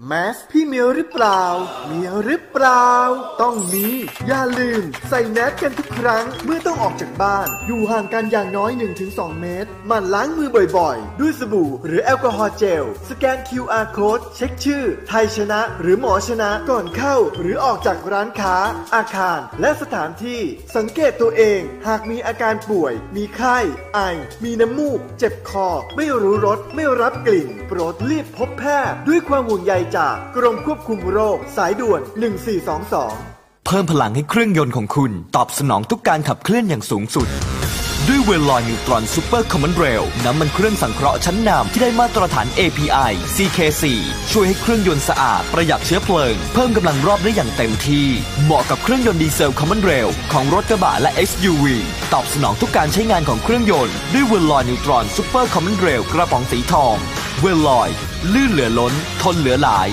แมสพี่เมียวหรือเปล่าเมียวหรือเปล่าต้องมีอย่าลืมใส่แมสกันทุกครั้งเมื่อต้องออกจากบ้านอยู่ห่างกันอย่างน้อย 1-2 เมตรหมั่นล้างมือบ่อยๆด้วยสบู่หรือแอลกอฮอล์เจลสแกน QR Code เช็คชื่อไทยชนะหรือหมอชนะก่อนเข้าหรือออกจากร้านค้าอาคารและสถานที่สังเกตตัวเองหากมีอาการป่วยมีไข้ไอมีน้ำมูกเจ็บคอไม่รู้รสไม่รับกลิ่นโปรดรีบพบแพทย์ด้วยความห่วงใยจากกรมควบคุมโรคสายด่วน1422 เพิ่มพลังให้เครื่องยนต์ของคุณตอบสนองทุกการขับเคลื่อนอย่างสูงสุดด้วยเวลลอยนิวตรอนซูเปอร์คอมมอนเรลน้ำมันเครื่องสังเคราะห์ชั้นนำที่ได้มาตรฐาน API CK4 ช่วยให้เครื่องยนต์สะอาดประหยัดเชื้อเพลิงเพิ่มกำลังรอบได้อย่างเต็มที่เหมาะกับเครื่องยนต์ดีเซลคอมมอนเรลของรถกระบะและ SUV ตอบสนองทุกการใช้งานของเครื่องยนต์ด้วยเวลลอยนิวตรอนซูเปอร์คอมมอนเรลกระป๋องสีทองเวลลอยลื่นเหลือล้นทนเหลือหลาย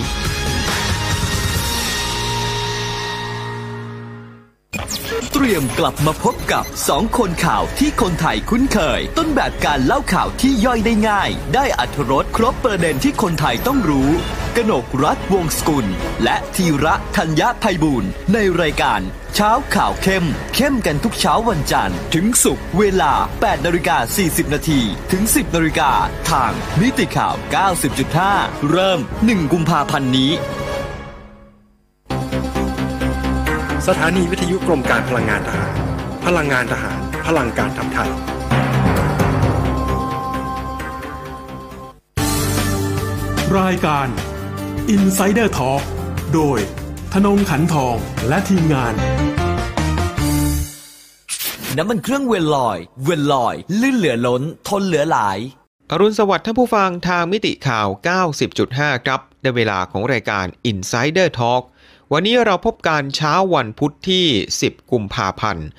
เตรียมกลับมาพบกับ2คนข่าวที่คนไทยคุ้นเคยต้นแบบการเล่าข่าวที่ย่อยได้ง่ายได้อรรถรสครบประเด็นที่คนไทยต้องรู้กนกรัตน์วงศ์สกุลและธีระธัญญไพบูลย์ในรายการเช้าข่าวเข้มกันทุกเช้าวันจันทร์ถึงศุกร์เวลา 8:40 น.ถึง 10:00 น.ทางนิติข่าว 90.5 เริ่ม 1 กุมภาพันธ์นี้สถานีวิทยุกรมการพลังงานทหารพลังงานทหารพลังการทำไทยรายการ Insider Talk โดยธนงขันทองและทีมงานน้ำมันเครื่องเวลลอยลื่นเหลือล้นทนเหลือหลายอรุณสวัสดิ์ท่านผู้ฟังทางมิติข่าว 90.5 ครับในเวลาของรายการ Insider Talkวันนี้เราพบกันเช้าวันพุธที่10กุมภาพันธ์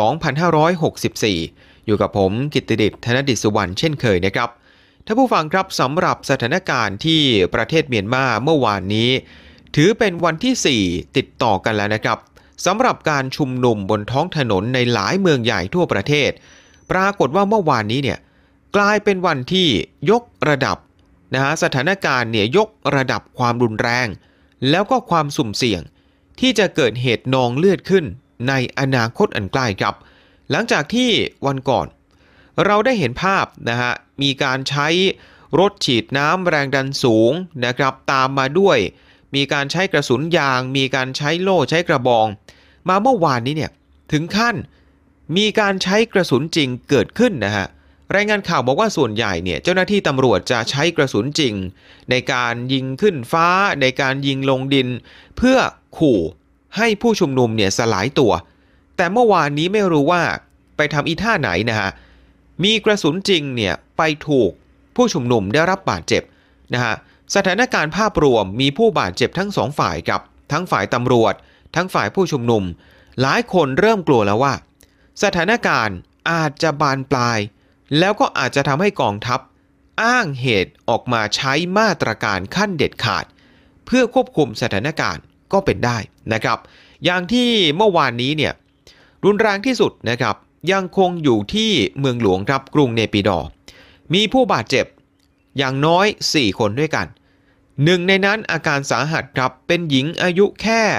2564อยู่กับผมกิตติดิษฐ์ธนดิษฐ์สุวรรณเช่นเคยนะครับท่านผู้ฟังครับสำหรับสถานการณ์ที่ประเทศเมียนมาเมื่อวานนี้ถือเป็นวันที่4ติดต่อกันแล้วนะครับสำหรับการชุมนุมบนท้องถนนในหลายเมืองใหญ่ทั่วประเทศปรากฏว่าเมื่อวานนี้เนี่ยกลายเป็นวันที่ยกระดับสถานการณ์เนี่ยยกระดับความรุนแรงแล้วก็ความสุ่มเสี่ยงที่จะเกิดเหตุนองเลือดขึ้นในอนาคตอันใกล้ครับหลังจากที่วันก่อนเราได้เห็นภาพมีการใช้รถฉีดน้ำแรงดันสูงนะครับตามมาด้วยมีการใช้กระสุนยางมีการใช้โล่ใช้กระบองมาเมื่อวานนี้เนี่ยถึงขั้นมีการใช้กระสุนจริงเกิดขึ้นรายงานข่าวบอกว่าส่วนใหญ่เนี่ยเจ้าหน้าที่ตำรวจจะใช้กระสุนจริงในการยิงขึ้นฟ้าในการยิงลงดินเพื่อขู่ให้ผู้ชุมนุมเนี่ยสลายตัวแต่เมื่อวานนี้ไม่รู้ว่าไปทำอีท่าไหนมีกระสุนจริงเนี่ยไปถูกผู้ชุมนุมได้รับบาดเจ็บสถานการณ์ภาพรวมมีผู้บาดเจ็บทั้งสองฝ่ายกับทั้งฝ่ายตำรวจทั้งฝ่ายผู้ชุมนุมหลายคนเริ่มกลัวแล้วว่าสถานการณ์อาจจะบานปลายแล้วก็อาจจะทำให้กองทัพอ้างเหตุออกมาใช้มาตรการขั้นเด็ดขาดเพื่อควบคุมสถานการณ์ก็เป็นได้นะครับอย่างที่เมื่อวานนี้เนี่ยรุนแรงที่สุดนะครับยังคงอยู่ที่เมืองหลวงครับกรุงเนปิดอร์มีผู้บาดเจ็บอย่างน้อย4คนด้วยกันหนึ่งในนั้นอาการสาหัสครับเป็นหญิงอายุแค่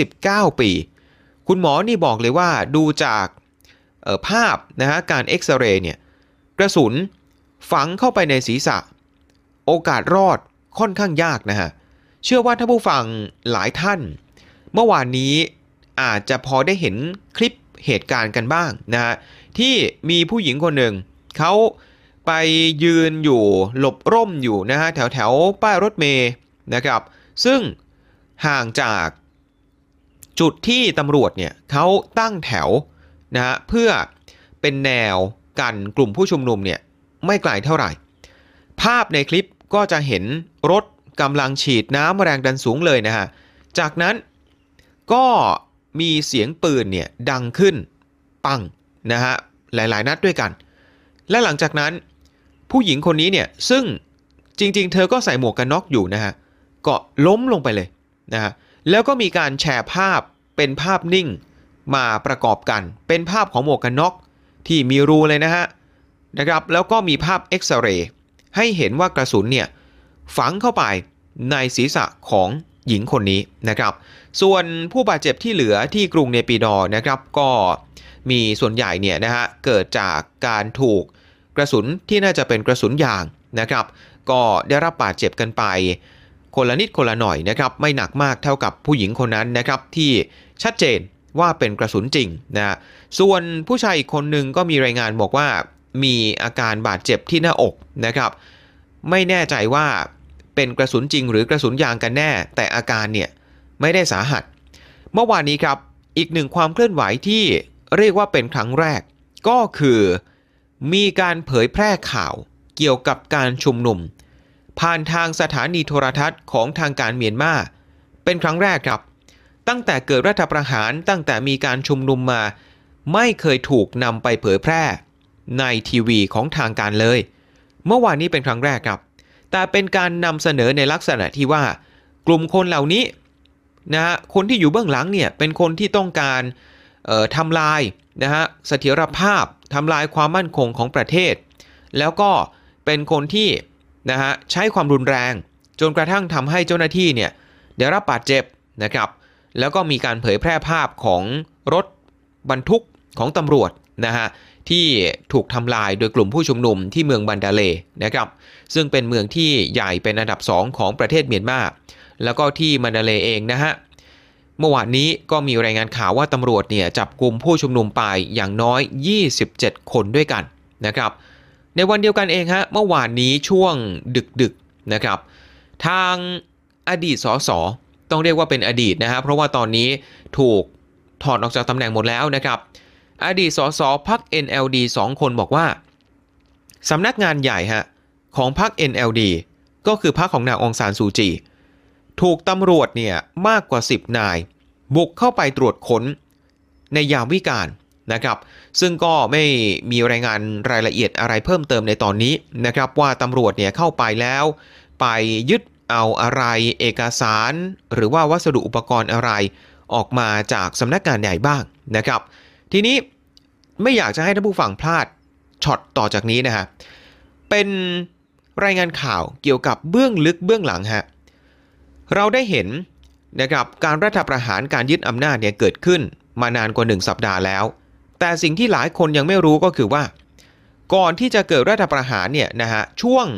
19ปีคุณหมอนี่บอกเลยว่าดูจากภาพการเอ็กซเรย์เนี่ยกระสุนฝังเข้าไปในศีรษะโอกาสรอดค่อนข้างยากเชื่อว่าท่านผู้ฟังหลายท่านเมื่อวานนี้อาจจะพอได้เห็นคลิปเหตุการณ์กันบ้างที่มีผู้หญิงคนหนึ่งเขาไปยืนอยู่หลบร่มอยู่แถวป้ายรถเมล์นะครับซึ่งห่างจากจุดที่ตำรวจเนี่ยเขาตั้งแถวเพื่อเป็นแนวกันกลุ่มผู้ชุมนุมเนี่ยไม่ไกลเท่าไหร่ภาพในคลิปก็จะเห็นรถกำลังฉีดน้ำแรงดันสูงเลยจากนั้นก็มีเสียงปืนเนี่ยดังขึ้นปังหลายๆนัดด้วยกันและหลังจากนั้นผู้หญิงคนนี้เนี่ยซึ่งจริงๆเธอก็ใส่หมวกกันน็อกอยู่ก็ล้มลงไปเลยแล้วก็มีการแชร์ภาพเป็นภาพนิ่งมาประกอบกันเป็นภาพของหมวกกันน็อกที่มีรูเลยนะครับแล้วก็มีภาพเอ็กซเรย์ให้เห็นว่ากระสุนเนี่ยฝังเข้าไปในศีรษะของหญิงคนนี้นะครับส่วนผู้บาดเจ็บที่เหลือที่กรุงเนปิดอร์นะครับก็มีส่วนใหญ่เนี่ยนะฮะเกิดจากการถูกกระสุนที่น่าจะเป็นกระสุนยางนะครับก็ได้รับบาดเจ็บกันไปคนละนิดคนละหน่อยนะครับไม่หนักมากเท่ากับผู้หญิงคนนั้นนะครับที่ชัดเจนว่าเป็นกระสุนจริงนะส่วนผู้ชายอีกคนหนึ่งก็มีรายงานบอกว่ามีอาการบาดเจ็บที่หน้าอกนะครับไม่แน่ใจว่าเป็นกระสุนจริงหรือกระสุนยางกันแน่แต่อาการเนี่ยไม่ได้สาหัสเมื่อวานนี้ครับอีกหนึ่งความเคลื่อนไหวที่เรียกว่าเป็นครั้งแรกก็คือมีการเผยแพร่ข่าวเกี่ยวกับการชุมนุมผ่านทางสถานีโทรทัศน์ของทางการเมียนมาเป็นครั้งแรกครับตั้งแต่เกิดรัฐประหารตั้งแต่มีการชุมนุมมาไม่เคยถูกนำไปเผยแพร่ในทีวีของทางการเลยเมื่อวานนี้เป็นครั้งแรกครับแต่เป็นการนำเสนอในลักษณะที่ว่ากลุ่มคนเหล่านี้นะฮะคนที่อยู่เบื้องหลังเนี่ยเป็นคนที่ต้องการทำลายนะฮะเสถียรภาพทำลายความมั่นคงของประเทศแล้วก็เป็นคนที่นะฮะใช้ความรุนแรงจนกระทั่งทำให้เจ้าหน้าที่เนี่ยได้รับบาดเจ็บนะครับแล้วก็มีการเผยแพร่ภาพของรถบรรทุกของตำรวจนะฮะที่ถูกทำลายโดยกลุ่มผู้ชุมนุมที่เมืองบันดาเลนะครับซึ่งเป็นเมืองที่ใหญ่เป็นอันดับ2ของประเทศเมียนมาแล้วก็ที่มันดาเลเองนะฮะเมื่อวานนี้ก็มีรายงานข่าวว่าตำรวจเนี่ยจับกุมผู้ชุมนุมไปอย่างน้อย27คนด้วยกันนะครับในวันเดียวกันเองฮะเมื่อวานนี้ช่วงดึกๆนะครับทางอดีตสสต้องเรียกว่าเป็นอดีตนะฮะเพราะว่าตอนนี้ถูกถอดออกจากตำแหน่งหมดแล้วนะครับอดีตสสพรรค NLD 2 คนบอกว่าสำนักงานใหญ่ฮะของพรรค NLD ก็คือพรรคของนางองซานซูจีถูกตำรวจเนี่ยมากกว่า10นายบุกเข้าไปตรวจค้นในยามวิกาลนะครับซึ่งก็ไม่มีรายงานรายละเอียดอะไรเพิ่มเติมในตอนนี้นะครับว่าตำรวจเนี่ยเข้าไปแล้วไปยึดเอาอะไรเอกสารหรือว่าวัสดุอุปกรณ์อะไรออกมาจากสำนักงานใหญ่บ้างนะครับทีนี้ไม่อยากจะให้ท่านผู้ฟังพลาดช็อตต่อจากนี้นะฮะเป็นรายงานข่าวเกี่ยวกับเบื้องลึกเบื้องหลังฮะเราได้เห็นนะครับการรัฐประหารการยึดอำนาจเนี่ยเกิดขึ้นมานานกว่า1สัปดาห์แล้วแต่สิ่งที่หลายคนยังไม่รู้ก็คือว่าก่อนที่จะเกิดรัฐประหารเนี่ยนะฮะช่วง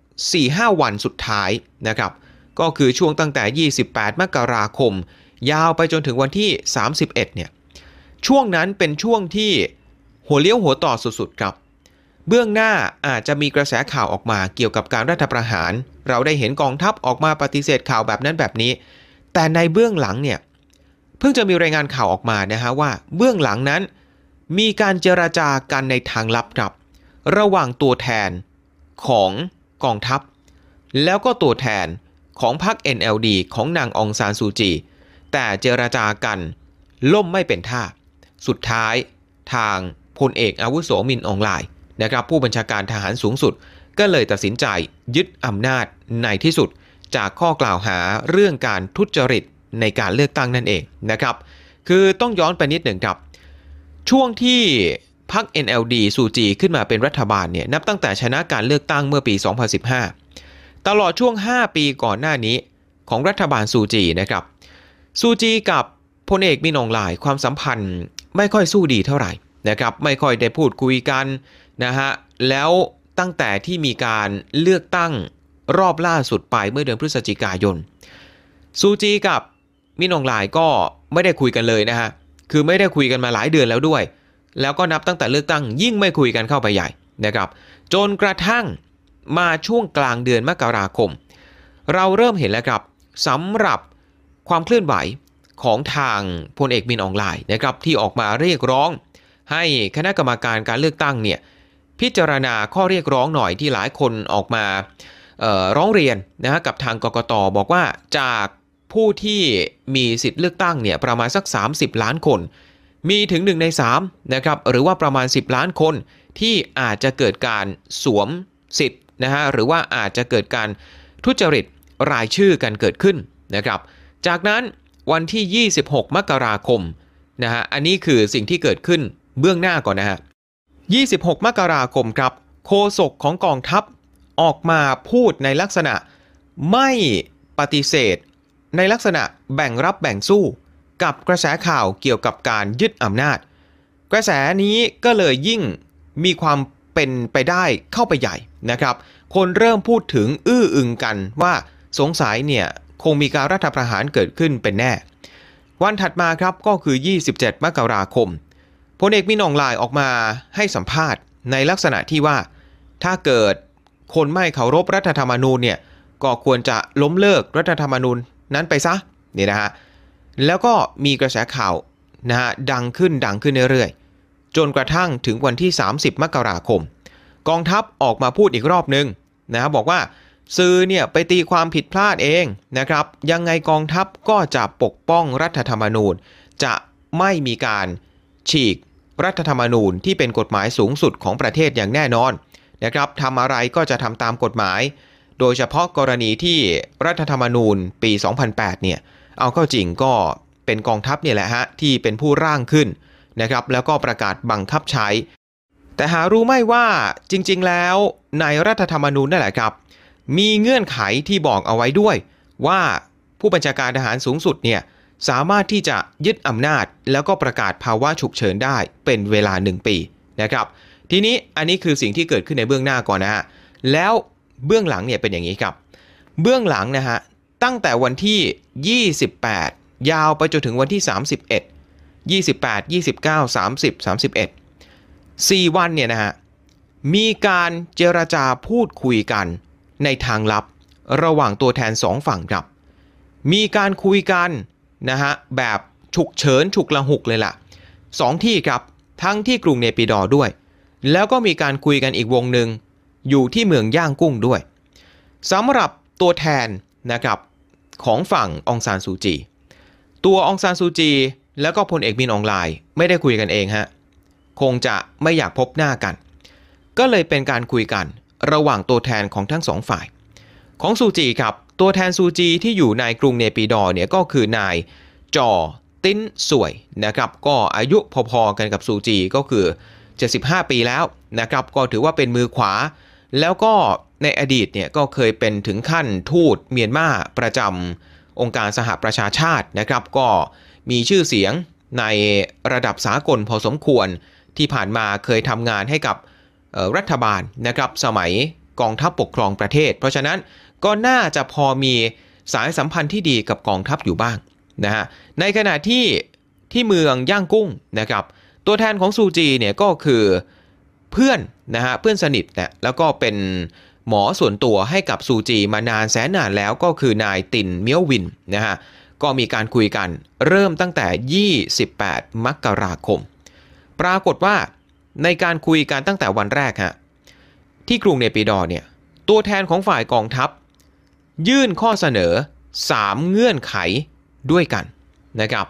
4-5 วันสุดท้ายนะครับก็คือช่วงตั้งแต่28มกราคมยาวไปจนถึงวันที่31เนี่ยช่วงนั้นเป็นช่วงที่หัวเลี้ยวหัวต่อสุดๆครับเบื้องหน้าอาจจะมีกระแสข่าวออกมาเกี่ยวกับการรัฐประหารเราได้เห็นกองทัพออกมาปฏิเสธข่าวแบบนั้นแบบนี้แต่ในเบื้องหลังเนี่ยเพิ่งจะมีรายงานข่าวออกมานะฮะว่าเบื้องหลังนั้นมีการเจรจากันในทางลับครับระหว่างตัวแทนของกองทัพแล้วก็ตัวแทนของพรรค NLD ของนางองซานซูจีแต่เจรจากันล่มไม่เป็นท่าสุดท้ายทางพลเอกอาวุโสมินอองหลายนะครับผู้บัญชาการทหารสูงสุดก็เลยตัดสินใจยึดอำนาจในที่สุดจากข้อกล่าวหาเรื่องการทุจริตในการเลือกตั้งนั่นเองนะครับคือต้องย้อนไปนิดหนึ่งครับช่วงที่พรรค NLD ซูจีขึ้นมาเป็นรัฐบาลเนี่ยนับตั้งแต่ชนะการเลือกตั้งเมื่อปี 2015ตลอดช่วง5ปีก่อนหน้านี้ของรัฐบาลซูจีนะครับซูจีกับพลเอกมินอองหลายความสัมพันธ์ไม่ค่อยสู้ดีเท่าไหร่นะครับไม่ค่อยได้พูดคุยกันนะฮะแล้วตั้งแต่ที่มีการเลือกตั้งรอบล่าสุดไปเมื่อเดือนพฤศจิกายนซูจีกับมินอองหลายก็ไม่ได้คุยกันเลยนะฮะคือไม่ได้คุยกันมาหลายเดือนแล้วด้วยแล้วก็นับตั้งแต่เลือกตั้งยิ่งไม่คุยกันเข้าไปใหญ่นะครับจนกระทั่งมาช่วงกลางเดือนมกราคมเราเริ่มเห็นแล้วครับสำหรับความเคลื่อนไหวของทางพลเอกมินอองหลายนะครับที่ออกมาเรียกร้องให้คณะกรรมการการเลือกตั้งเนี่ยพิจารณาข้อเรียกร้องหน่อยที่หลายคนออกมาร้องเรียนนะฮะกับทางกกต.บอกว่าจากผู้ที่มีสิทธิ์เลือกตั้งเนี่ยประมาณสัก30ล้านคนมีถึง1ใน3นะครับหรือว่าประมาณ10ล้านคนที่อาจจะเกิดการสวมสิทธิ์นะฮะหรือว่าอาจจะเกิดการทุจริตรายชื่อกันเกิดขึ้นนะครับจากนั้นวันที่26มกราคมนะฮะอันนี้คือสิ่งที่เกิดขึ้นเบื้องหน้าก่อนนะฮะ26มกราคมครับโฆษกของกองทัพออกมาพูดในลักษณะไม่ปฏิเสธในลักษณะแบ่งรับแบ่งสู้กับกระแสข่าวเกี่ยวกับการยึดอำนาจกระแสนี้ก็เลยยิ่งมีความเป็นไปได้เข้าไปใหญ่นะครับคนเริ่มพูดถึงอื้ออึงกันว่าสงสัยเนี่ยคงมีการรัฐประหารเกิดขึ้นเป็นแน่วันถัดมาครับก็คือ27มกราคมพลเอกมินอองหร่ายออกมาให้สัมภาษณ์ในลักษณะที่ว่าถ้าเกิดคนไม่เคารพรัฐธรรมนูญเนี่ยก็ควรจะล้มเลิกรัฐธรรมนูญนั้นไปซะนี่นะฮะแล้วก็มีกระแสข่าวนะฮะดังขึ้นเรื่อยๆจนกระทั่งถึงวันที่30มกราคมกองทัพออกมาพูดอีกรอบนึงนะฮะบอกว่าสื่อเนี่ยไปตีความผิดพลาดเองนะครับยังไงกองทัพก็จะปกป้องรัฐธรรมนูญจะไม่มีการฉีกรัฐธรรมนูญที่เป็นกฎหมายสูงสุดของประเทศอย่างแน่นอนนะครับทำอะไรก็จะทำตามกฎหมายโดยเฉพาะกรณีที่รัฐธรรมนูญปี2008เนี่ยเอาเข้าจริงก็เป็นกองทัพเนี่ยแหละฮะที่เป็นผู้ร่างขึ้นนะครับแล้วก็ประกาศบังคับใช้แต่หารู้ไหมว่าจริงๆแล้วในรัฐธรรมนูญนั่นแหละครับมีเงื่อนไขที่บอกเอาไว้ด้วยว่าผู้บัญชาการทหารสูงสุดเนี่ยสามารถที่จะยึดอำนาจแล้วก็ประกาศภาวะฉุกเฉินได้เป็นเวลา1ปีนะครับทีนี้อันนี้คือสิ่งที่เกิดขึ้นในเบื้องหน้าก่อนนะฮะแล้วเบื้องหลังเนี่ยเป็นอย่างนี้ครับเบื้องหลังนะฮะตั้งแต่วันที่28ยาวไปจนถึงวันที่31 28 29 30 31 4วันเนี่ยนะฮะมีการเจรจาพูดคุยกันในทางลับระหว่างตัวแทน2ฝั่งครับมีการคุยกันนะฮะแบบฉุกเฉินฉุกละหุกเลยล่ะ2ที่ครับทั้งที่กรุงเนปิดอร์ด้วยแล้วก็มีการคุยกันอีกวงหนึ่งอยู่ที่เมืองย่างกุ้งด้วยสำหรับตัวแทนนะครับของฝั่งองซานซูจีตัวองซานซูจีแล้วก็พลเอกมินอองหร่ายไม่ได้คุยกันเองฮะคงจะไม่อยากพบหน้ากันก็เลยเป็นการคุยกันระหว่างตัวแทนของทั้งสองฝ่ายของซูจีครับตัวแทนซูจีที่อยู่ในกรุงเนปิดอร์เนี่ยก็คือนายจอติ้นสวยนะครับก็อายุพอๆกันกับซูจีก็คือ75ปีแล้วนะครับก็ถือว่าเป็นมือขวาแล้วก็ในอดีตเนี่ยก็เคยเป็นถึงขั้นทูตเมียนมาประจำองค์การสหประชาชาตินะครับก็มีชื่อเสียงในระดับสากลพอสมควรที่ผ่านมาเคยทำงานให้กับรัฐบาลนะครับสมัยกองทัพปกครองประเทศเพราะฉะนั้นก็น่าจะพอมีสายสัมพันธ์ที่ดีกับกองทัพอยู่บ้างนะฮะในขณะที่เมืองย่างกุ้งนะครับตัวแทนของซูจีเนี่ยก็คือเพื่อนนะฮะเพื่อนสนิทนะแล้วก็เป็นหมอส่วนตัวให้กับซูจีมานานแสนนานแล้วก็คือนายตินเมียววินนะฮะก็มีการคุยกันเริ่มตั้งแต่28มกราคมปรากฏว่าในการคุยกันตั้งแต่วันแรกฮะที่กรุงเนปิดอร์เนี่ยตัวแทนของฝ่ายกองทัพยื่นข้อเสนอ3เงื่อนไขด้วยกันนะครับ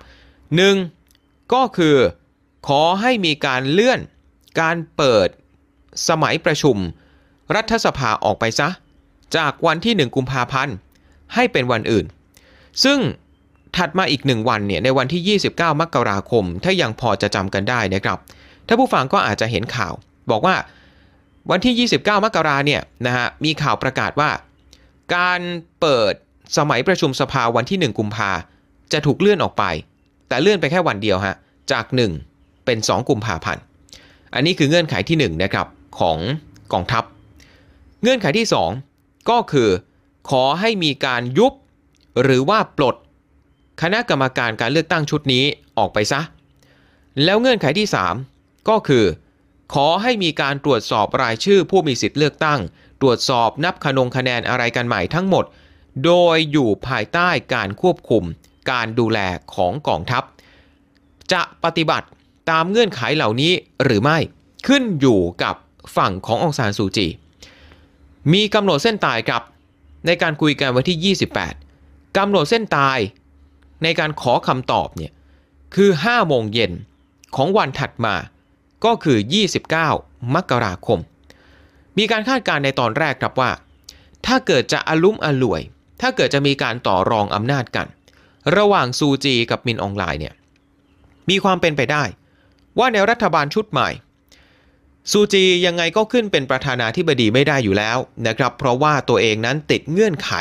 1ก็คือขอให้มีการเลื่อนการเปิดสมัยประชุมรัฐสภาออกไปซะจากวันที่1กุมภาพันธ์ให้เป็นวันอื่นซึ่งถัดมาอีก1วันเนี่ยในวันที่29มกราคมถ้ายังพอจะจำกันได้นะครับถ้าผู้ฟังก็อาจจะเห็นข่าวบอกว่าวันที่29มกราเนี่ยนะฮะมีข่าวประกาศว่าการเปิดสมัยประชุมสภาวันที่1กุมภาจะถูกเลื่อนออกไปแต่เลื่อนไปแค่วันเดียวฮะจาก1เป็น2กุมภาพันธ์อันนี้คือเงื่อนไขที่1นะครับของกองทัพเงื่อนไขที่2ก็คือขอให้มีการยุบหรือว่าปลดคณะกรรมการการเลือกตั้งชุดนี้ออกไปซะแล้วเงื่อนไขที่3ก็คือขอให้มีการตรวจสอบรายชื่อผู้มีสิทธิ์เลือกตั้งตรวจสอบนับคะแนนอะไรกันใหม่ทั้งหมดโดยอยู่ภายใต้การควบคุมการดูแลของกองทัพจะปฏิบัติตามเงื่อนไขเหล่านี้หรือไม่ขึ้นอยู่กับฝั่งขององซานซูจีมีกำหนดเส้นตายครับในการคุยกันวันที่28กำหนดเส้นตายในการขอคำตอบเนี่ยคือ5โมงเย็นของวันถัดมาก็คือ29มกราคมมีการคาดการณ์ในตอนแรกครับว่าถ้าเกิดจะอลุ่มอล่วยถ้าเกิดจะมีการต่อรองอำนาจกันระหว่างซูจีกับมินอองหร่ายเนี่ยมีความเป็นไปได้ว่าในรัฐบาลชุดใหม่ซูจียังไงก็ขึ้นเป็นประธานาธิบดีไม่ได้อยู่แล้วนะครับเพราะว่าตัวเองนั้นติดเงื่อนไข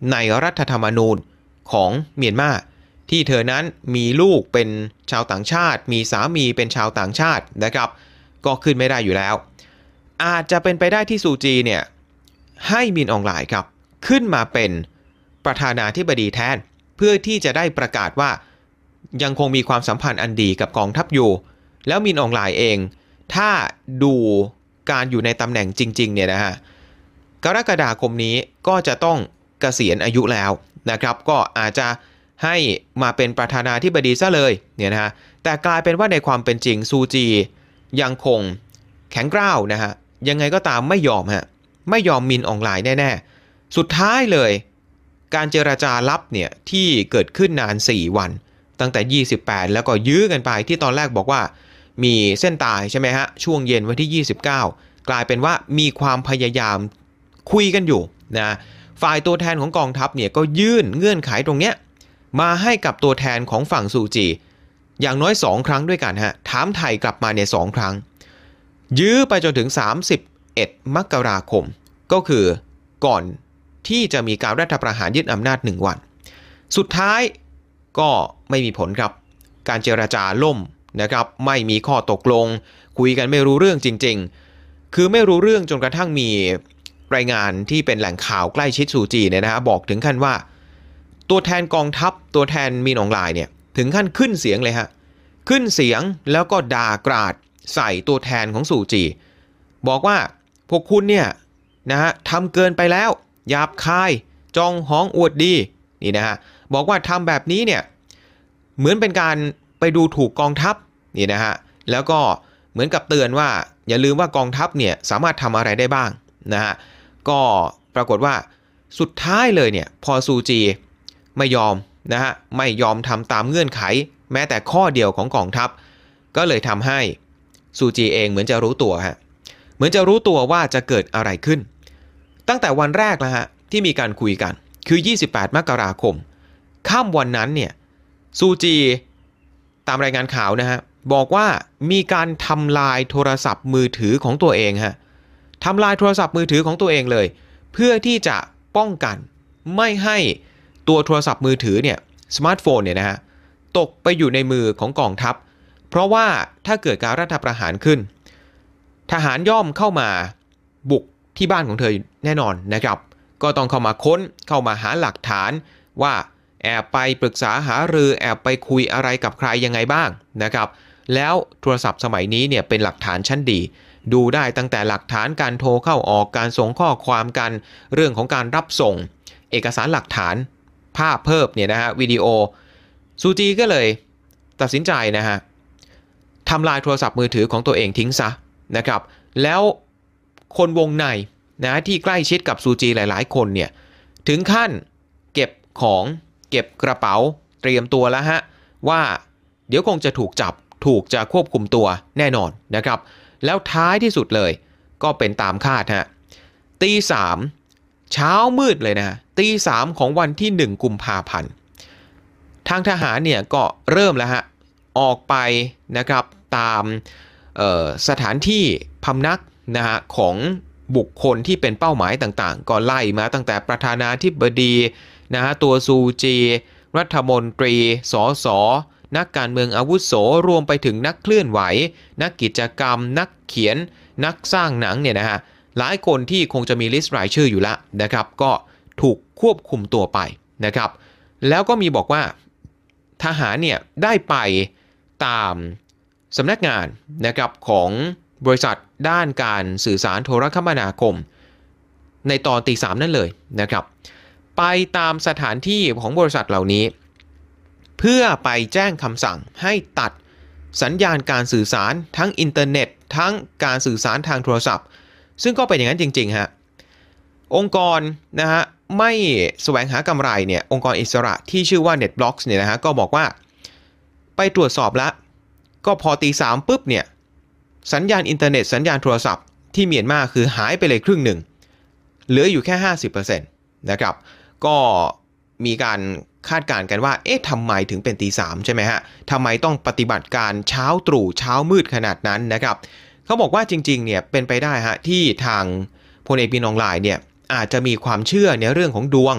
ในรัฐธรรมนูญของเมียนมาที่เธอนั้นมีลูกเป็นชาวต่างชาติมีสามีเป็นชาวต่างชาตินะครับก็ขึ้นไม่ได้อยู่แล้วอาจจะเป็นไปได้ที่ซูจีเนี่ยให้มินอองหลายครับขึ้นมาเป็นประธานาธิบดีแทนเพื่อที่จะได้ประกาศว่ายังคงมีความสัมพันธ์อันดีกับกองทัพอยู่แล้วมินอองหลายเองถ้าดูการอยู่ในตำแหน่งจริงๆเนี่ยนะฮะกรกฎาคมนี้ก็จะต้องเกษียณอายุแล้วนะครับก็อาจจะให้มาเป็นประธานาธิบดีซะเลยเนี่ยนะฮะแต่กลายเป็นว่าในความเป็นจริงซูจียังคงแข็งกร้าวนะฮะยังไงก็ตามไม่ยอมมินอองหลายแน่ๆสุดท้ายเลยการเจรจาลับเนี่ยที่เกิดขึ้นนาน4วันตั้งแต่28แล้วก็ยื้อกันไปที่ตอนแรกบอกว่ามีเส้นตายใช่ไหมฮะช่วงเย็นวันที่29กลายเป็นว่ามีความพยายามคุยกันอยู่นะฝ่ายตัวแทนของกองทัพเนี่ยก็ยื่นเงื่อนไขตรงเนี้ยมาให้กับตัวแทนของฝั่งซูจีอย่างน้อย2ครั้งด้วยกันฮะถามไทยกลับมาเนี่ย2ครั้งยื้อไปจนถึง31มกราคมก็คือก่อนที่จะมีการรัฐประหารยึดอำนาจ1วันสุดท้ายก็ไม่มีผลครับการเจรจาล่มนะครับไม่มีข้อตกลงคุยกันไม่รู้เรื่องจริงๆคือไม่รู้เรื่องจนกระทั่งมีรายงานที่เป็นแหล่งข่าวใกล้ชิดซูจีเนี่ยนะฮะบอกถึงขั้นว่าตัวแทนกองทัพตัวแทนมินอองหลายเนี่ยถึงขั้นขึ้นเสียงเลยฮะขึ้นเสียงแล้วก็ด่ากราดใส่ตัวแทนของซูจีบอกว่าพวกคุณเนี่ยนะฮะทำเกินไปแล้วหยาบคายจองฮ้องอวดดีนี่นะฮะบอกว่าทำแบบนี้เนี่ยเหมือนเป็นการไปดูถูกกองทัพนี่นะฮะแล้วก็เหมือนกับเตือนว่าอย่าลืมว่ากองทัพเนี่ยสามารถทำอะไรได้บ้างนะฮะก็ปรากฏว่าสุดท้ายเลยเนี่ยพอซูจีไม่ยอมนะฮะไม่ยอมทำตามเงื่อนไขแม้แต่ข้อเดียวของกองทัพก็เลยทำให้ซูจีเองเหมือนจะรู้ตัวฮะเหมือนจะรู้ตัวว่าจะเกิดอะไรขึ้นตั้งแต่วันแรกแล้วฮะที่มีการคุยกันคือ28มกราคมค่ำวันนั้นเนี่ยซูจีตามรายงานข่าวนะฮะบอกว่ามีการทำลายโทรศัพท์มือถือของตัวเองฮะทำลายโทรศัพท์มือถือของตัวเองเลยเพื่อที่จะป้องกันไม่ให้ตัวโทรศัพท์มือถือเนี่ยสมาร์ทโฟนเนี่ยนะฮะตกไปอยู่ในมือของกองทัพเพราะว่าถ้าเกิดการรัฐประหารขึ้นทหารย่อมเข้ามาบุกที่บ้านของเธอแน่นอนนะครับก็ต้องเข้ามาค้นเข้ามาหาหลักฐานว่าแอบไปปรึกษาหารือแอบไปคุยอะไรกับใครยังไงบ้างนะครับแล้วโทรศัพท์สมัยนี้เนี่ยเป็นหลักฐานชั้นดีดูได้ตั้งแต่หลักฐานการโทรเข้าออกการส่งข้อความกันเรื่องของการรับส่งเอกสารหลักฐานภาพเพิ่มเนี่ยนะฮะวิดีโอซูจีก็เลยตัดสินใจนะฮะทำลายโทรศัพท์มือถือของตัวเองทิ้งซะนะครับแล้วคนวงในนะที่ใกล้ชิดกับซูจีหลายๆคนเนี่ยถึงขั้นเก็บของเก็บกระเป๋าเตรียมตัวแล้วฮะว่าเดี๋ยวคงจะถูกจับถูกจะควบคุมตัวแน่นอนนะครับแล้วท้ายที่สุดเลยก็เป็นตามคาดฮะตี 3เช้ามืดเลยนะตี 3ของวันที่1กุมภาพันธ์ทางทหารเนี่ยก็เริ่มแล้วฮะออกไปนะครับตามสถานที่พำนักนะฮะของบุคคลที่เป็นเป้าหมายต่างๆก็ไล่มาตั้งแต่ประธานาธิบดีนะฮะตัวซูจีรัฐมนตรีสสนักการเมืองอาวุโสรวมไปถึงนักเคลื่อนไหวนักกิจกรรมนักเขียนนักสร้างหนังเนี่ยนะฮะหลายคนที่คงจะมีลิสต์รายชื่ออยู่แล้วนะครับก็ถูกควบคุมตัวไปนะครับแล้วก็มีบอกว่าทหารเนี่ยได้ไปตามสำนักงานนะครับของบริษัทด้านการสื่อสารโทรคมนาคมในตอนตี 3นั่นเลยนะครับไปตามสถานที่ของบริษัทเหล่านี้เพื่อไปแจ้งคำสั่งให้ตัดสัญญาณการสื่อสารทั้งอินเทอร์เน็ตทั้งการสื่อสารทางโทรศัพท์ซึ่งก็เป็นอย่างนั้นจริงๆฮะองค์กรนะฮะไม่แสวงหากำไรเนี่ยองค์กรอิสระที่ชื่อว่า NetBlocks เนี่ยนะฮะก็บอกว่าไปตรวจสอบแล้วก็พอตี 3ปุ๊บเนี่ยสัญญาณอินเทอร์เน็ตสัญญาณโทรศัพท์ที่เมียนมาคือหายไปเลยครึ่งหนึ่งเหลืออยู่แค่ 50% นะครับก็มีการคาดการณ์กันว่าเอ๊ะทำไมถึงเป็นตี 3ใช่ไหมฮะทำไมต้องปฏิบัติการเช้าตรู่เช้ามืดขนาดนั้นนะครับเขาบอกว่าจริงๆเนี่ยเป็นไปได้ฮะที่ทางพลเอกมินอองหลายเนี่ยอาจจะมีความเชื่อในเรื่องของดวง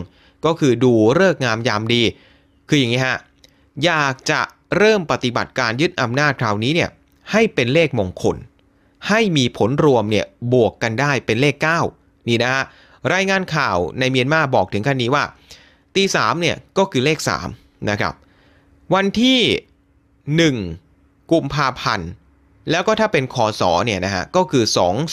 ก็คือดูฤกษ์งามยามดีคืออย่างนี้ฮะอยากจะเริ่มปฏิบัติการยึดอำนาจคราวนี้เนี่ยให้เป็นเลขมงคลให้มีผลรวมเนี่ยบวกกันได้เป็นเลข9นี่นะฮะรายงานข่าวในเมียนมาบอกถึงขั้นนี้ว่าตี3เนี่ยก็คือเลข3นะครับวันที่1กุมภาพันธ์แล้วก็ถ้าเป็นคศเนี่ยนะฮะก็คือ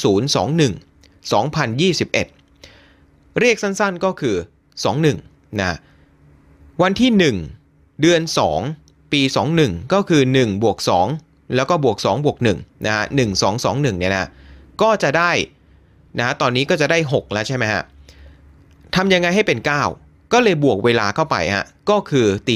2021เรียกสั้นๆก็คือ21นะวันที่1เดือน2ปี21ก็คือ1บวก2แล้วก็บวก2บวก1นะฮะ1221เนี่ยนะก็จะได้นะตอนนี้ก็จะได้6แล้วใช่ไหมฮะทำยังไงให้เป็น9ก็เลยบวกเวลาเข้าไปฮะก็คือตี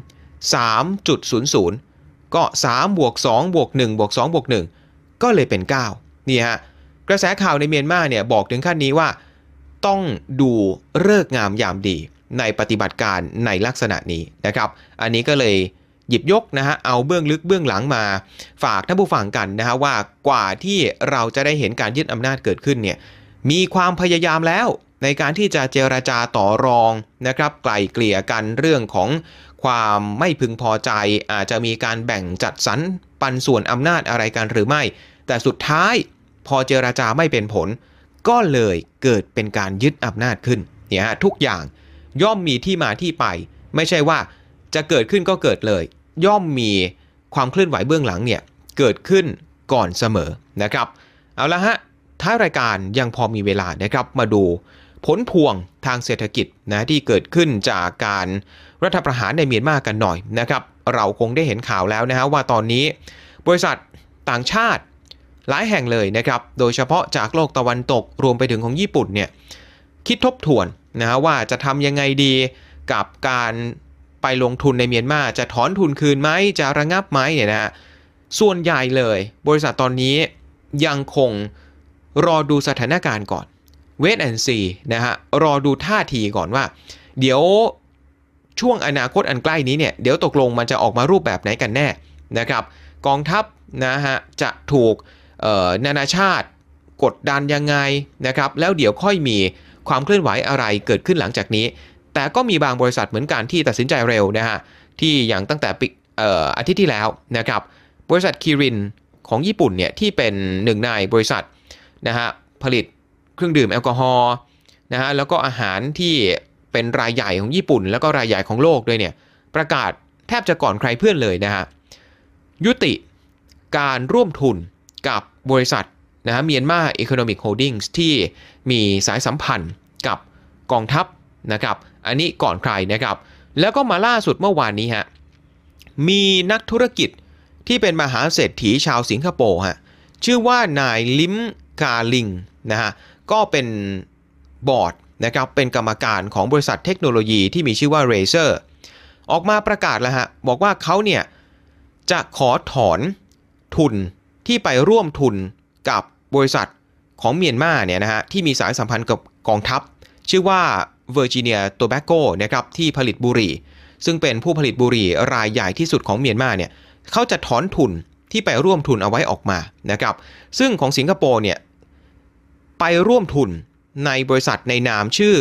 3 3.00 ก็3บวก2บวก1บวก2บวก1ก็เลยเป็น9นี่ฮะกระแสข่าวในเมียนมาเนี่ยบอกถึงขั้นนี้ว่าต้องดูฤกษ์งามยามดีในปฏิบัติการในลักษณะนี้นะครับอันนี้ก็เลยหยิบยกนะฮะเอาเบื้องลึกเบื้องหลังมาฝากท่านผู้ฟังกันนะฮะว่ากว่าที่เราจะได้เห็นการยึดอำนาจเกิดขึ้นเนี่ยมีความพยายามแล้วในการที่จะเจรจาต่อรองนะครับไกล่เกลี่ยกันเรื่องของความไม่พึงพอใจอาจจะมีการแบ่งจัดสรรปันส่วนอำนาจอะไรกันหรือไม่แต่สุดท้ายพอเจรจาไม่เป็นผลก็เลยเกิดเป็นการยึดอำนาจขึ้นเนี่ยฮะทุกอย่างย่อมมีที่มาที่ไปไม่ใช่ว่าจะเกิดขึ้นก็เกิดเลยย่อมมีความเคลื่อนไหวเบื้องหลังเนี่ยเกิดขึ้นก่อนเสมอนะครับเอาละฮะท้ายรายการยังพอมีเวลานะครับมาดูผลพวงทางเศรษฐกิจนะที่เกิดขึ้นจากการรัฐประหารในเมียนมากันหน่อยนะครับเราคงได้เห็นข่าวแล้วนะฮะว่าตอนนี้บริษัทต่างชาติหลายแห่งเลยนะครับโดยเฉพาะจากโลกตะวันตกรวมไปถึงของญี่ปุ่นเนี่ยคิดทบทวนนะฮะว่าจะทำยังไงดีกับการไปลงทุนในเมียนมาจะถอนทุนคืนไหมจะระงับไหมเนี่ยนะฮะส่วนใหญ่เลยบริษัทตอนนี้ยังคงรอดูสถานการณ์ก่อนwait and see นะฮะรอดูท่าทีก่อนว่าเดี๋ยวช่วงอนาคตอันใกล้นี้เนี่ยเดี๋ยวตกลงมันจะออกมารูปแบบไหนกันแน่นะครับกองทัพนะฮะจะถูกนานาชาติกดดันยังไงนะครับแล้วเดี๋ยวค่อยมีความเคลื่อนไหวอะไรเกิดขึ้นหลังจากนี้แต่ก็มีบางบริษัทเหมือนกันที่ตัดสินใจเร็วนะฮะที่อย่างตั้งแต่อาทิตย์ที่แล้วนะครับบริษัทคิรินของญี่ปุ่นเนี่ยที่เป็นหนึ่งในบริษัทนะฮะผลิตเครื่องดื่มแอลกอฮอล์นะฮะแล้วก็อาหารที่เป็นรายใหญ่ของญี่ปุ่นแล้วก็รายใหญ่ของโลกด้วยเนี่ยประกาศแทบจะก่อนใครเพื่อนเลยนะฮะยุติการร่วมทุนกับบริษัทนะฮะเมียนมาอีโคโนมิกโฮลดิ้งส์ที่มีสายสัมพันธ์กับกองทัพนะครับอันนี้ก่อนใครนะครับแล้วก็มาล่าสุดเมื่อวานนี้ฮะมีนักธุรกิจที่เป็นมหาเศรษฐีชาวสิงคโปร์ฮะชื่อว่านายลิมกาลิงนะฮะก็เป็นบอร์ดนะครับเป็นกรรมการของบริษัทเทคโนโลยีที่มีชื่อว่า Razer ออกมาประกาศแล้วฮะบอกว่าเขาเนี่ยจะขอถอนทุนที่ไปร่วมทุนกับบริษัทของเมียนมาเนี่ยนะฮะที่มีสายสัมพันธ์กับกองทัพชื่อว่า Virginia Tobacco นะครับที่ผลิตบุหรี่ซึ่งเป็นผู้ผลิตบุหรี่รายใหญ่ที่สุดของเมียนมาเนี่ยเขาจะถอนทุนที่ไปร่วมทุนเอาไว้ออกมานะครับซึ่งของสิงคโปร์เนี่ยไปร่วมทุนในบริษัทในนามชื่อ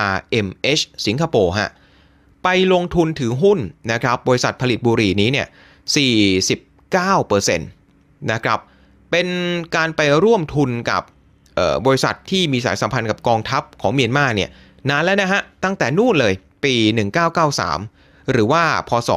RMH สิงคโปร์ฮะไปลงทุนถือหุ้นนะครับบริษัทผลิตบุหรี่นี้เนี่ย 49% นะครับเป็นการไปร่วมทุนกับบริษัทที่มีสายสัมพันธ์กับกองทัพของเมียนมาเนี่ยนานแล้วนะฮะตั้งแต่นู่นเลยปี1993หรือว่าพศ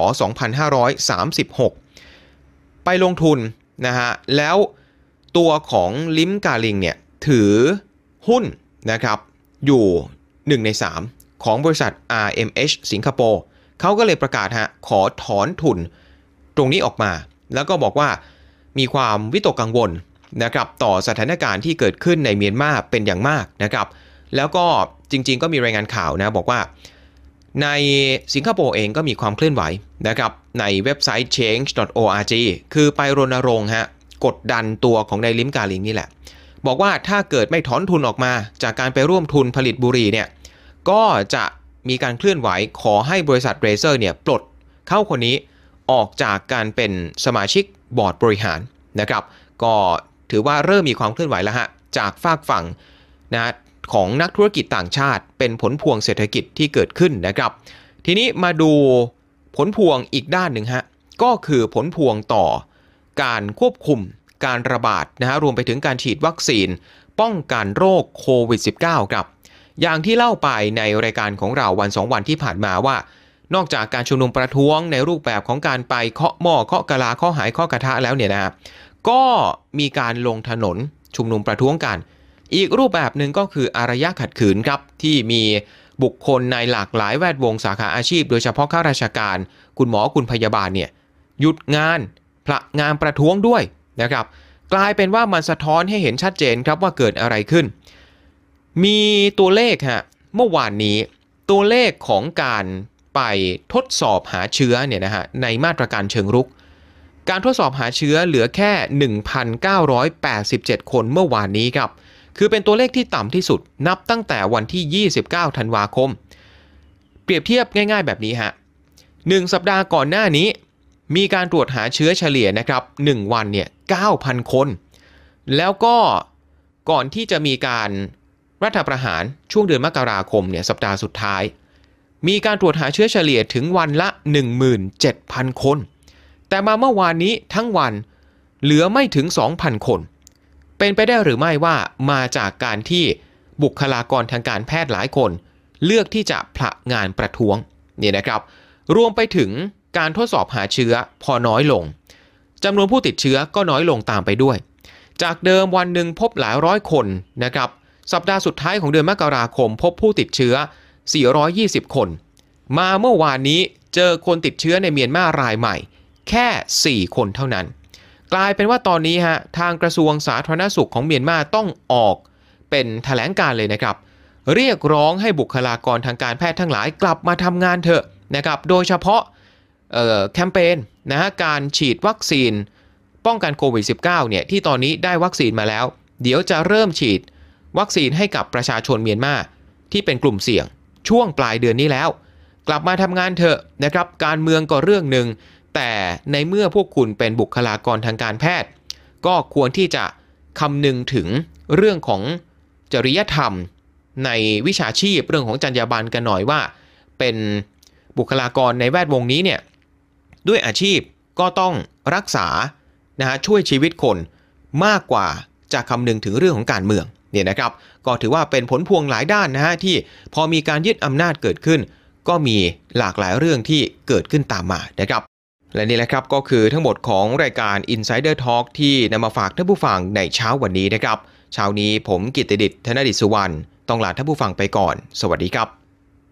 2536ไปลงทุนนะฮะแล้วตัวของลิมกาลิงเนี่ยถือหุ้นนะครับอยู่1ใน3ของบริษัท RMH สิงคโปร์เขาก็เลยประกาศฮะขอถอนทุนตรงนี้ออกมาแล้วก็บอกว่ามีความวิตกกังวลนะครับต่อสถานการณ์ที่เกิดขึ้นในเมียนมาเป็นอย่างมากนะครับแล้วก็จริงๆก็มีรายงานข่าวนะบอกว่าในสิงคโปร์เองก็มีความเคลื่อนไหวนะครับในเว็บไซต์ change.org คือไปรณรงค์ฮะกดดันตัวของนายลิมกาลิงนี่แหละบอกว่าถ้าเกิดไม่ถอนทุนออกมาจากการไปร่วมทุนผลิตบุหรี่เนี่ยก็จะมีการเคลื่อนไหวขอให้บริษัท Razer เนี่ยปลดเข้าคนนี้ออกจากการเป็นสมาชิกบอร์ดบริหารนะครับก็ถือว่าเริ่มมีความเคลื่อนไหวแล้วฮะจากฝากฝั่งนะของนักธุรกิจต่างชาติเป็นผลพวงเศรษฐกิจที่เกิดขึ้นนะครับทีนี้มาดูผลพวงอีกด้านหนึ่งฮะก็คือผลพวงต่อการควบคุมการระบาดนะฮะรวมไปถึงการฉีดวัคซีนป้องกันโรคโควิด -19 ครับอย่างที่เล่าไปในรายการของเราวัน2วันที่ผ่านมาว่านอกจากการชุมนุมประท้วงในรูปแบบของการไปเคาะหม้อเคาะกะลาเคาะหายเคาะกระทะแล้วเนี่ยนะก็มีการลงถนนชุมนุมประท้วงกันอีกรูปแบบหนึ่งก็คืออารยะขัดขืนครับที่มีบุคคลในหลากหลายแวดวงสาขาอาชีพโดยเฉพาะข้าราชการคุณหมอคุณพยาบาลเนี่ยหยุดงานพละงานประท้วงด้วยนะครับกลายเป็นว่ามันสะท้อนให้เห็นชัดเจนครับว่าเกิดอะไรขึ้นมีตัวเลขฮะเมื่อวานนี้ตัวเลขของการไปทดสอบหาเชื้อเนี่ยนะฮะในมาตรการเชิงรุกการทดสอบหาเชื้อเหลือแค่ 1,987 คนเมื่อวานนี้ครับคือเป็นตัวเลขที่ต่ำที่สุดนับตั้งแต่วันที่29ธันวาคมเปรียบเทียบง่ายๆแบบนี้ฮะ1สัปดาห์ก่อนหน้านี้มีการตรวจหาเชื้อเฉลี่ยนะครับ1วันเนี่ย 9,000 คนแล้วก็ก่อนที่จะมีการรัฐประหารช่วงเดือนมกราคมเนี่ยสัปดาห์สุดท้ายมีการตรวจหาเชื้อเฉลี่ยถึงวันละ 17,000 คนแต่มาเมื่อวานนี้ทั้งวันเหลือไม่ถึง 2,000 คนเป็นไปได้หรือไม่ว่ามาจากการที่บุคลากรทางการแพทย์หลายคนเลือกที่จะผละงานประท้วงนี่นะครับรวมไปถึงการทดสอบหาเชื้อพอน้อยลงจำนวนผู้ติดเชื้อก็น้อยลงตามไปด้วยจากเดิมวันหนึ่งพบหลายร้อยคนนะครับสัปดาห์สุดท้ายของเดือนมกราคมพบผู้ติดเชื้อ420 คนมาเมื่อวานนี้เจอคนติดเชื้อในเมียนมารายใหม่แค่4คนเท่านั้นกลายเป็นว่าตอนนี้ฮะทางกระทรวงสาธารณสุขของเมียนมาต้องออกเป็นแถลงการเลยนะครับเรียกร้องให้บุคลากรทางการแพทย์ทั้งหลายกลับมาทำงานเถอะนะครับโดยเฉพาะแคมเปญนะฮะการฉีดวัคซีนป้องกันโควิด -19 เนี่ยที่ตอนนี้ได้วัคซีนมาแล้วเดี๋ยวจะเริ่มฉีดวัคซีนให้กับประชาชนเมียนมาที่เป็นกลุ่มเสี่ยงช่วงปลายเดือนนี้แล้วกลับมาทำงานเถอะนะครับการเมืองก็เรื่องหนึ่งแต่ในเมื่อพวกคุณเป็นบุคลากรทางการแพทย์ก็ควรที่จะคำนึงถึงเรื่องของจริยธรรมในวิชาชีพเรื่องของจรรยาบรรณกันหน่อยว่าเป็นบุคลากรในแวดวงนี้เนี่ยด้วยอาชีพก็ต้องรักษานะฮะช่วยชีวิตคนมากกว่าจะคำนึงถึงเรื่องของการเมืองเนี่ยนะครับก็ถือว่าเป็นผลพวงหลายด้านนะฮะที่พอมีการยึดอำนาจเกิดขึ้นก็มีหลากหลายเรื่องที่เกิดขึ้นตามมานะครับและนี่แหละครับก็คือทั้งหมดของรายการ Insider Talk ที่นำมาฝากท่านผู้ฟังในเช้าวันนี้นะครับเช้านี้ผมกิตติดิษฐ์ ธนดิษฐ์สุวรรณต้องลาท่านผู้ฟังไปก่อนสวัสดีครับ